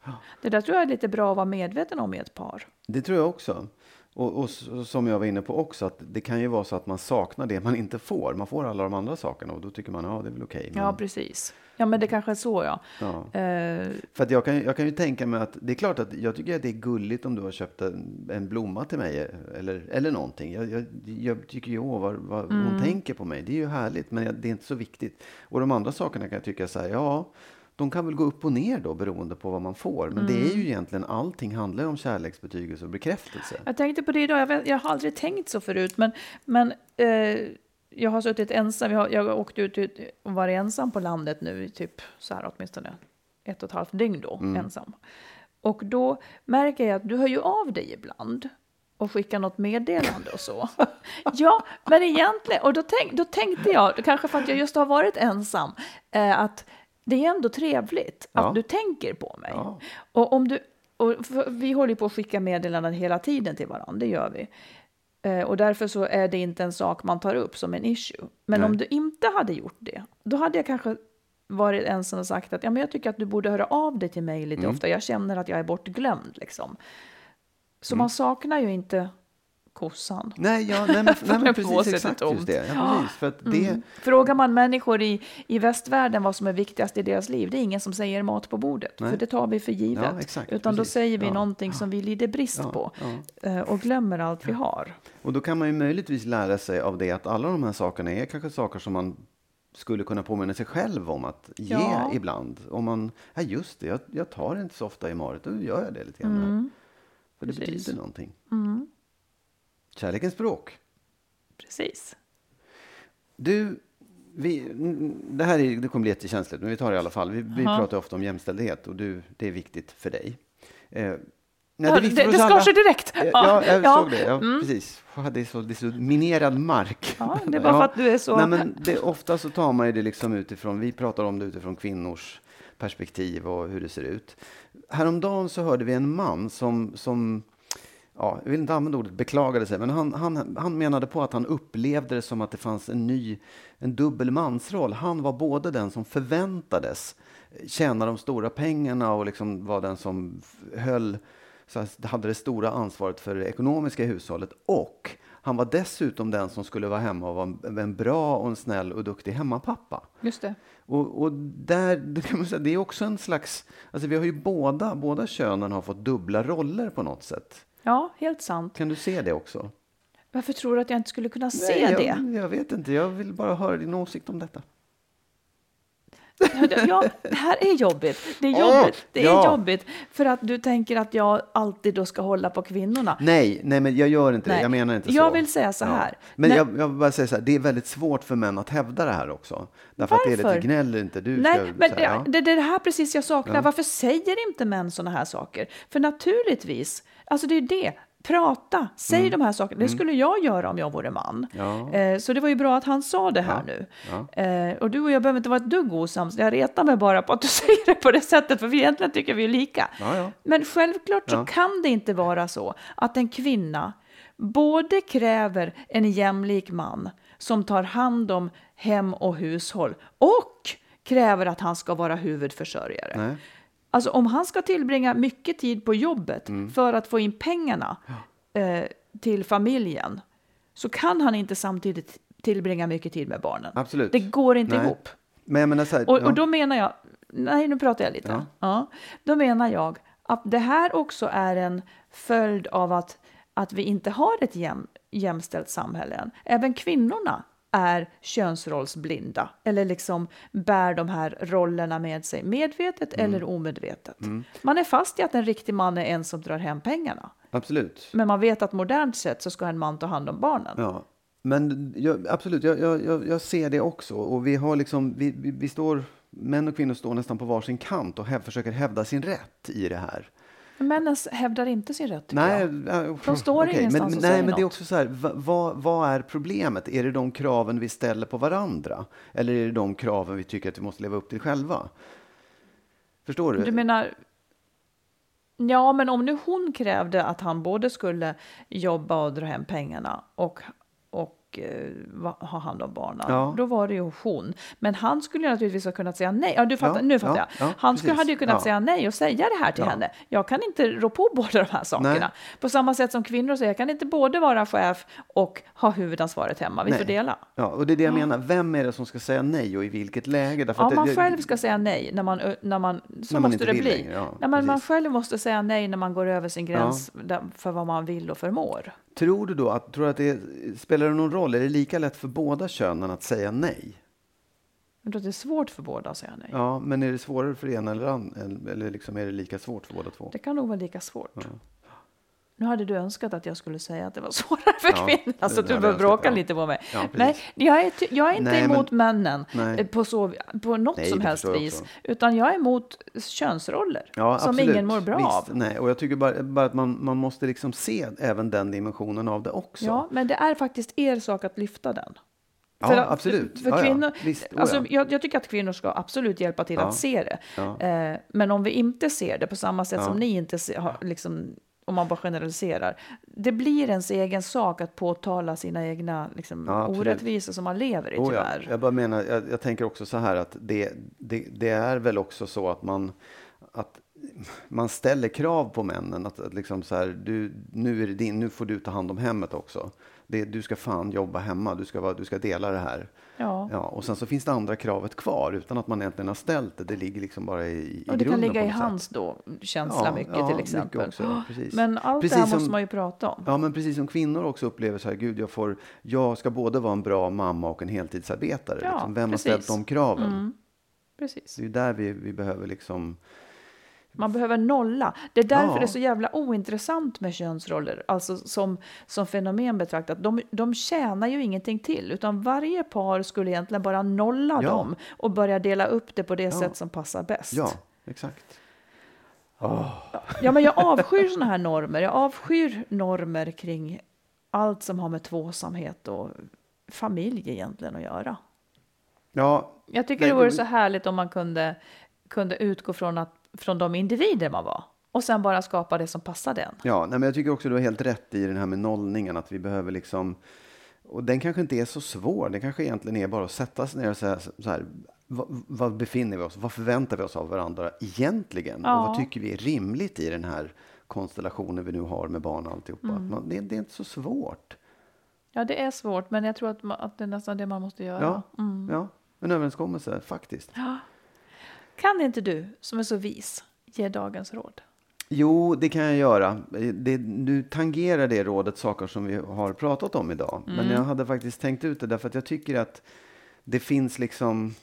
Det där tror jag är lite bra att vara medveten om i ett par. Det tror jag också. Och, och, och som jag var inne på också, att det kan ju vara så att man saknar det man inte får. Man får alla de andra sakerna och då tycker man, ja det är väl okej. Men... Ja, precis. Ja, men det kanske är så, ja. ja. Uh... För att jag kan, jag kan ju tänka mig att det är klart att jag tycker att det är gulligt om du har köpt en, en blomma till mig eller, eller någonting. Jag, jag, jag tycker ju åh, vad, vad mm. hon tänker på mig. Det är ju härligt, men jag, det är inte så viktigt. Och de andra sakerna kan jag tycka så här, ja... De kan väl gå upp och ner då beroende på vad man får. Men mm. det är ju egentligen, allting handlar om kärleksbetygelse och bekräftelse. Jag tänkte på det idag, jag, vet, jag har aldrig tänkt så förut. Men, men eh, jag har suttit ensam, jag har, jag har åkt ut och varit ensam på landet nu i typ så här åtminstone ett och ett halvt dygn då, mm. ensam. Och då märker jag att du hör ju av dig ibland och skickar något meddelande och så. Ja, men egentligen, och då, tänk, då tänkte jag, kanske för att jag just har varit ensam, eh, att det är ändå trevligt att ja. du tänker på mig. Ja. Och om du, och vi håller på att skicka meddelanden hela tiden till varandra, det gör vi. Eh, och därför så är det inte en sak man tar upp som en issue. Men Nej. om du inte hade gjort det, då hade jag kanske varit ensam och sagt att ja, men jag tycker att du borde höra av dig till mig lite mm. ofta. Jag känner att jag är bortglömd liksom. Så mm. man saknar ju inte kossan. Nej, ja, nej, men, nej, men precis exakt just det. Ja, precis, för att det... Mm. Frågar man människor i, i västvärlden vad som är viktigast i deras liv, det är ingen som säger mat på bordet. Nej. För det tar vi för givet. Ja, exakt, utan precis. Då säger vi ja. någonting som vi lider brist ja, på ja. och glömmer allt ja. vi har. Och då kan man ju möjligtvis lära sig av det att alla de här sakerna är kanske saker som man skulle kunna påminna sig själv om att ge ja. ibland. Om man, ja just det, jag, jag tar inte så ofta i maret, då gör jag det lite grann. Mm. För det precis. betyder någonting. Mm. Kärlekens språk. Precis. Du, vi, det här är, det kommer bli jättekänsligt, men vi tar det i alla fall. Vi, vi pratar ofta om jämställdhet och du, det är viktigt för dig. Eh, nej, ja, det det, det skar sig direkt. Ja, ja jag ja. såg det. Ja, mm. Precis. Det är, så, det är så minerad mark. Ja, det är bara ja. för att du är så... Nej, men det, ofta så tar man ju det liksom utifrån, vi pratar om det utifrån kvinnors perspektiv och hur det ser ut. Häromdagen så hörde vi en man som... som ja, jag vill inte använda ordet beklagade sig, men han, han, han menade på att han upplevde det som att det fanns en ny, en dubbel mansroll. Han var både den som förväntades tjäna de stora pengarna och liksom var den som höll, så hade det stora ansvaret för det ekonomiska hushållet, och han var dessutom den som skulle vara hemma och vara en bra och en snäll och duktig hemmapappa. Just det. Och, och där, det kan man säga, det är också en slags, alltså vi har ju båda, båda könen har fått dubbla roller på något sätt. Ja, helt sant. Kan du se det också? Varför tror du att jag inte skulle kunna se Nej, jag, det? Jag vet inte, jag vill bara höra din åsikt om detta. Ja, det här är jobbigt. Det är jobbigt. Det är ja. jobbigt för att du tänker att jag alltid då ska hålla på kvinnorna. Nej, nej men jag gör inte nej. det. Jag menar inte så. Jag vill säga så här. Ja. Men jag, jag vill bara säga så här, det är väldigt svårt för män att hävda det här också. Därför Varför? att det är lite gnäll inte du nej, ska men säga. Ja. Det, det är det här precis jag saknar. Ja. Varför säger inte män såna här saker? För naturligtvis, alltså det är det. Prata, säg mm. de här sakerna. Det skulle jag göra om jag vore man. Ja. Eh, så det var ju bra att han sa det här ja. nu. Ja. Eh, och du och jag behöver inte vara ett dugg osams. Jag retar mig bara på att du säger det på det sättet. För vi egentligen tycker vi är lika. Ja, ja. Men självklart så ja. kan det inte vara så att en kvinna både kräver en jämlik man som tar hand om hem och hushåll och kräver att han ska vara huvudförsörjare. Nej. Alltså om han ska tillbringa mycket tid på jobbet mm. för att få in pengarna ja. eh, till familjen, så kan han inte samtidigt tillbringa mycket tid med barnen. Absolut. Det går inte nej. ihop. Men jag menar så här, och, ja. och då menar jag, nej nu pratar jag lite. Ja. Ja, då menar jag att det här också är en följd av att, att vi inte har ett jäm, jämställt samhälle än. Även kvinnorna är könsrollsblinda eller liksom bär de här rollerna med sig medvetet mm. eller omedvetet. Mm. Man är fast i att en riktig man är en som drar hem pengarna. Absolut. Men man vet att modernt sett så ska en man ta hand om barnen. Ja, men jag, absolut, jag, jag, jag ser det också. Och vi har liksom, vi, vi, vi står, män och kvinnor står nästan på varsin kant och häv, försöker hävda sin rätt i det här. Männen hävdar inte sin rätt, tycker nej, jag. De står okay, ingenstans men, och nej, säger men något. det är också så här, vad, vad är problemet? Är det de kraven vi ställer på varandra? Eller är det de kraven vi tycker att vi måste leva upp till själva? Förstår du? Du menar, ja, men om nu hon krävde att han både skulle jobba och dra hem pengarna och, och och eh, va, ha hand om barnen. Ja. Då var det ju hon. Men han skulle ju naturligtvis ha kunnat säga nej. Ja, du fattar, Ja, nu fattar ja, jag. ja, han skulle, precis. hade ju kunnat Ja. säga nej och säga det här till Ja. henne. Jag kan inte rå på båda de här sakerna. Nej. På samma sätt som kvinnor säger, jag kan inte både vara chef och ha huvudansvaret hemma. Vi Nej. får dela. Ja, och det är det jag menar. Vem är det som ska säga nej och i vilket läge? Därför Ja, att man det, själv ska säga nej när man, när man så När man måste inte det vill bli. längre, ja, Nej, men man precis. själv måste säga nej när man går över sin gräns där, för vad man vill och förmår. Tror du då att, tror du att det spelar det någon roll? Är det lika lätt för båda könen att säga nej? Jag tror att det är svårt för båda att säga nej. Ja, men är det svårare för en eller annan? Eller liksom är det lika svårt för båda två? Det kan nog vara lika svårt. Ja. Nu hade du önskat att jag skulle säga att det var svårare för Ja, kvinnor. Alltså det att du hade börjar jag önskat, bråka ja. lite på mig. Ja, precis. Nej, jag är, ty- jag är inte Nej, men- emot männen Nej. eh, på, så, på något Nej, som det helst förstår jag vis. också. Utan jag är emot könsroller Ja, som absolut. ingen mår bra Visst, av. Nej. Och jag tycker bara, bara att man, man måste liksom se även den dimensionen av det också. Ja, men det är faktiskt er sak att lyfta den. Ja, För att- absolut. För Ja, ja. kvinnor, Visst, oh, alltså, ja. jag, jag tycker att kvinnor ska absolut hjälpa till Ja. att se det. Ja. Eh, men om vi inte ser det på samma sätt Ja. som ni inte ser, har, liksom, om man bara generaliserar. Det blir ens egen sak att påtala sina egna liksom, Ja, absolut. orättvisor som man lever i, Oh, ja. tyvärr. Jag bara menar, jag, jag tänker också så här att det, det, det är väl också så att man, att man ställer krav på männen. Att, att liksom så här, du, nu är det din, nu får du ta hand om hemmet också. Det, du ska fan jobba hemma, du ska, vara, du ska dela det här. Ja. Ja, och sen så finns det andra kravet kvar utan att man egentligen har ställt det. Det ligger liksom bara i, i Och det kan grunden ligga på i något sätt. hans då, känsla Ja, mycket ja, till mycket exempel. också, ja, precis. Men allt Precis det här som- måste man ju prata om. Ja, men precis som kvinnor också upplever så här, gud, jag, får, jag ska både vara en bra mamma och en heltidsarbetare. Ja, liksom. Vem precis. har ställt de kraven? Mm. Precis. Det är ju där vi, vi behöver liksom... Man behöver nolla. Det är därför Ja. det är så jävla ointressant med könsroller. Alltså som, som fenomen betraktat. De, de tjänar ju ingenting till. Utan varje par skulle egentligen bara nolla Ja. dem. Och börja dela upp det på det Ja. sätt som passar bäst. Ja, exakt. Oh. Ja, men jag avskyr såna här normer. Jag avskyr normer kring allt som har med tvåsamhet och familj egentligen att göra. Ja, Jag tycker Nej, det vore men- så härligt om man kunde, kunde utgå från, att, från de individer man var. Och sen bara skapa det som passar den. ja nej, men jag tycker också du har helt rätt i den här med nollningen. Att vi behöver liksom... Och den kanske inte är så svår. Det kanske egentligen är bara att sätta sig ner och säga så här... Vad, vad befinner vi oss? Vad förväntar vi oss av varandra egentligen? Ja. Och vad tycker vi är rimligt i den här konstellationen vi nu har med barn och alltihopa? Mm. Att man, det, det är inte så svårt. Ja, det är svårt, men jag tror att, man, att det är nästan det man måste göra. Ja, Mm. ja, en överenskommelse faktiskt. Kan inte du, som är så vis, ge dagens råd? Jo, det kan jag göra. Det, du tangerar det rådet, saker som vi har pratat om idag. Mm. Men jag hade faktiskt tänkt ut det därför att jag tycker att det finns liksom...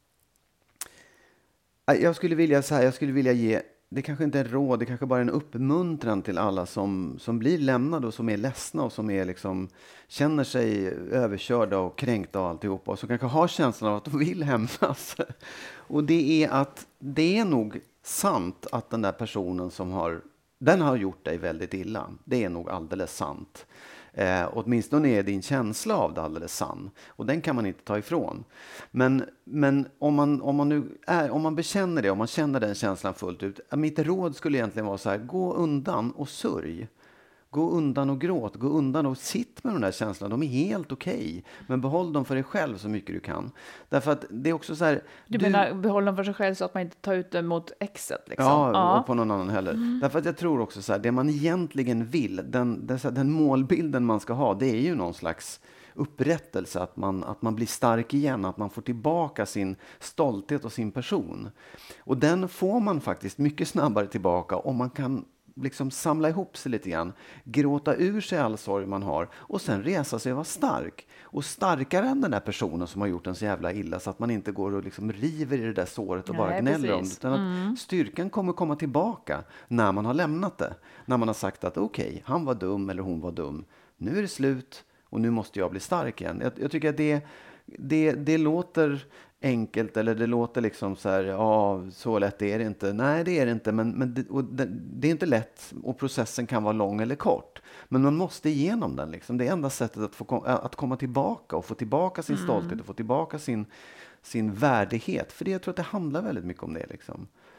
Jag skulle vilja så här, jag skulle vilja ge, det kanske inte är en råd, det kanske bara är en uppmuntran till alla som, som blir lämnade och som är ledsna och som är liksom, känner sig överkörda och kränkta och alltihopa. Och som kanske har känslan av att de vill hämnas. Och det är att det är nog sant att den där personen som har, den har gjort dig väldigt illa. Det är nog alldeles sant. Eh, åtminstone är din känsla av det alldeles sann. Och den kan man inte ta ifrån. Men, men om, man, om, man nu är, om man bekänner det, om man känner den känslan fullt ut. Mitt råd skulle egentligen vara så här, gå undan och sörj. Gå undan och gråt, gå undan och sitt med de där känslorna. De är helt okej. Okay, men behåll dem för dig själv så mycket du kan. Därför att det är också så här... Du, du menar behåll dem för sig själv så att man inte tar ut det mot exet? Liksom. Ja, ja, och på någon annan heller. Mm. Därför att jag tror också så här, det man egentligen vill, den, den, den målbilden man ska ha, det är ju någon slags upprättelse. Att man, att man blir stark igen, att man får tillbaka sin stolthet och sin person. Och den får man faktiskt mycket snabbare tillbaka om man kan liksom samla ihop sig lite grann, gråta ur sig all sorg man har och sen resa sig och vara stark. Och starkare än den där personen som har gjort en så jävla illa så att man inte går och liksom river i det där såret och Nej, bara gnäller om det. precis. Utan att Mm. styrkan kommer komma tillbaka när man har lämnat det. När man har sagt att okej, okay, han var dum eller hon var dum. Nu är det slut och nu måste jag bli stark igen. Jag, jag tycker att det, det, det låter enkelt eller det låter liksom så här, ja, så lätt är det inte. Nej, det är det inte, men, men det, och det, det är inte lätt och processen kan vara lång eller kort. Men man måste igenom den liksom. Det är enda sättet att, få, att komma tillbaka och få tillbaka sin mm. stolthet och få tillbaka sin, sin värdighet. För det, jag tror att det handlar väldigt mycket om det liksom.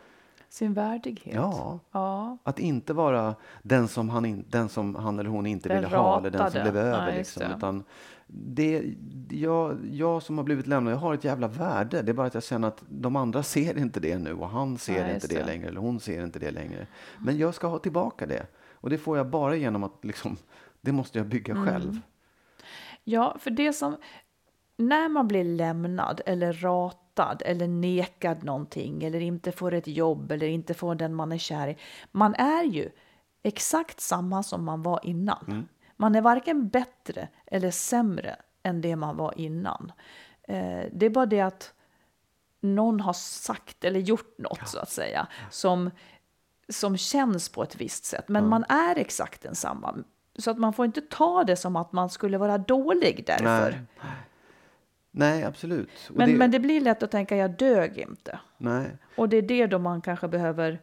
Sin värdighet. Ja. ja. Att inte vara den som han, in, den som han eller hon inte den ville ha. Eller den som blev ja, över. Liksom. Det. Utan det, jag, jag som har blivit lämnad, jag har ett jävla värde. Det är bara att jag känner att de andra ser inte det nu. Och han ser ja, inte det, det längre. Eller hon ser inte det längre. Men jag ska ha tillbaka det. Och det får jag bara genom att liksom, det måste jag bygga mm. själv. Ja, för det som... När man blir lämnad eller ratad eller nekad någonting eller inte får ett jobb eller inte får den man är kär i. Man är ju exakt samma som man var innan. Mm. Man är varken bättre eller sämre än det man var innan. Eh, det är bara det att någon har sagt eller gjort något ja. så att säga som, som känns på ett visst sätt. Men mm. man är exakt densamma. Så att man får inte ta det som att man skulle vara dålig därför. Nej. Nej, absolut. Men det... men det blir lätt att tänka, jag dög inte. Nej. Och det är det då man kanske behöver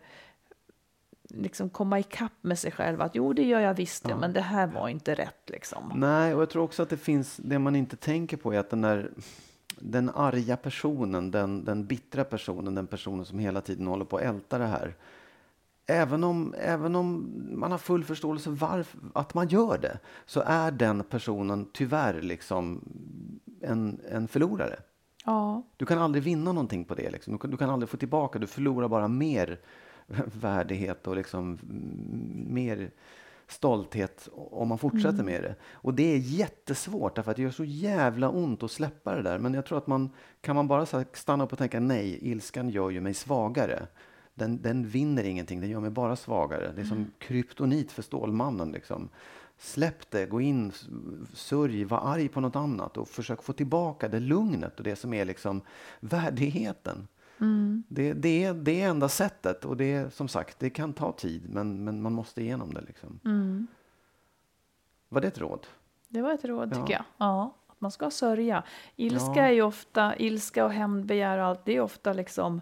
liksom komma ikapp med sig själv. Att jo, det gör jag visst det, ja. men det här var inte rätt liksom. Nej, och jag tror också att det finns, det man inte tänker på är att den där, den arga personen, den, den bittra personen, den personen som hela tiden håller på att älta det här. Även om, även om man har full förståelse varför att man gör det, så är den personen tyvärr liksom en, en förlorare. Ja. Du kan aldrig vinna någonting på det. Liksom. Du, kan, du kan aldrig få tillbaka. Du förlorar bara mer värdighet och liksom mer stolthet om man fortsätter mm. med det. Och det är jättesvårt därför att det gör så jävla ont att släppa det där. Men jag tror att man kan man bara så stanna upp och tänka nej, ilskan gör ju mig svagare. Den, den vinner ingenting, den gör mig bara svagare. Det är som kryptonit för Stålmannen. Liksom. Släpp det, gå in, sörj, var arg på något annat och försök få tillbaka det lugnet och det som är liksom värdigheten. Mm. Det, det, är, det är enda sättet och det är som sagt, det kan ta tid men, men man måste igenom det. Liksom. Mm. Var det ett råd? Det var ett råd tycker ja. jag. Ja, att man ska sörja. Ilska ja. är ju ofta, ilska och hämndbegär och allt, det är ofta liksom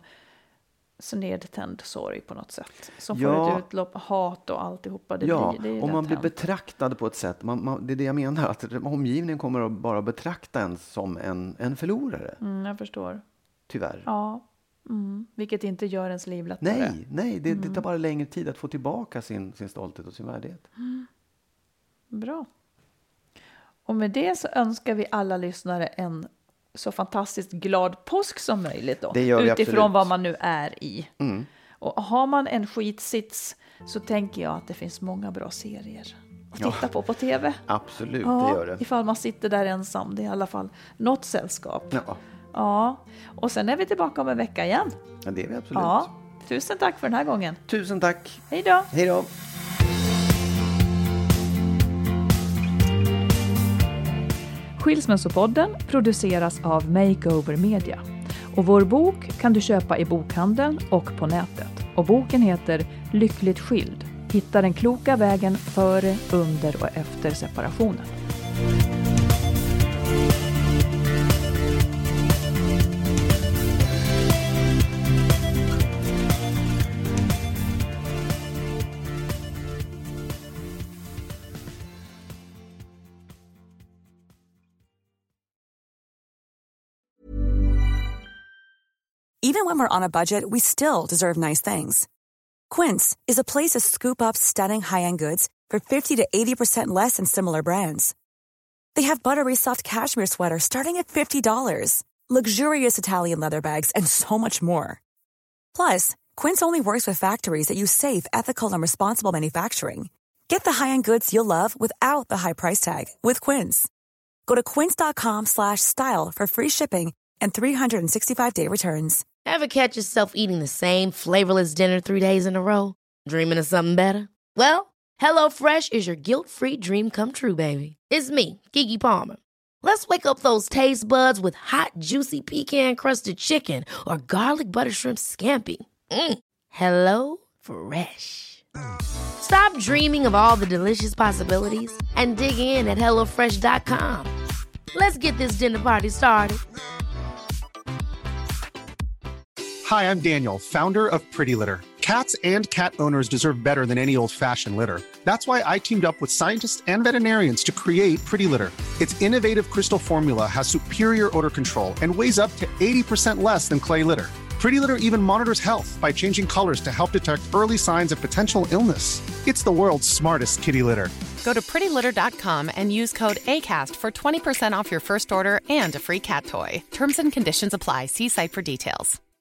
så nedtänd sorg på något sätt. Som ja. får ett utlopp, hat och alltihopa. Det ja, blir, det är och man blir hänt. betraktad på ett sätt. Man, man, det är det jag menar, att omgivningen kommer att bara betrakta en som en, en förlorare. Mm, jag förstår. Tyvärr. Ja, mm. Vilket inte gör ens liv lättare. Nej, nej det, mm. det tar bara längre tid att få tillbaka sin, sin stolthet och sin värdighet. Mm. Bra. Och med det så önskar vi alla lyssnare en så fantastiskt glad påsk som möjligt då. Det gör vi utifrån absolut. vad man nu är i. Mm. Och har man en skitsits så tänker jag att det finns många bra serier att titta ja. på på tv. Absolut, ja, det gör det. Ifall man sitter där ensam. Det är i alla fall något sällskap. Ja. Ja. Och sen är vi tillbaka om en vecka igen. Ja, det är vi absolut. Ja. Tusen tack för den här gången. Tusen tack. Hej då. Hej då. Skilsmässopodden produceras av Makeover Media. Och vår bok kan du köpa i bokhandeln och på nätet. Och boken heter Lyckligt skild. Hitta den kloka vägen före, under och efter separationen. Even when we're on a budget, we still deserve nice things. Quince is a place to scoop up stunning high-end goods for fifty to eighty percent less than similar brands. They have buttery soft cashmere sweaters starting at fifty dollars, luxurious Italian leather bags, and so much more. Plus, Quince only works with factories that use safe, ethical, and responsible manufacturing. Get the high-end goods you'll love without the high price tag with Quince. Go to quince.com slash style for free shipping and three sixty-five day returns. Ever catch yourself eating the same flavorless dinner three days in a row? Dreaming of something better? Well, HelloFresh is your guilt-free dream come true, baby. It's me, Keke Palmer. Let's wake up those taste buds with hot, juicy pecan-crusted chicken or garlic butter shrimp scampi. Mm. Hello Fresh. Stop dreaming of all the delicious possibilities and dig in at hello fresh dot com. Let's get this dinner party started. Hi, I'm Daniel, founder of Pretty Litter. Cats and cat owners deserve better than any old-fashioned litter. That's why I teamed up with scientists and veterinarians to create Pretty Litter. Its innovative crystal formula has superior odor control and weighs up to eighty percent less than clay litter. Pretty Litter even monitors health by changing colors to help detect early signs of potential illness. It's the world's smartest kitty litter. Go to pretty litter dot com and use code ACAST for twenty percent off your first order and a free cat toy. Terms and conditions apply. See site for details.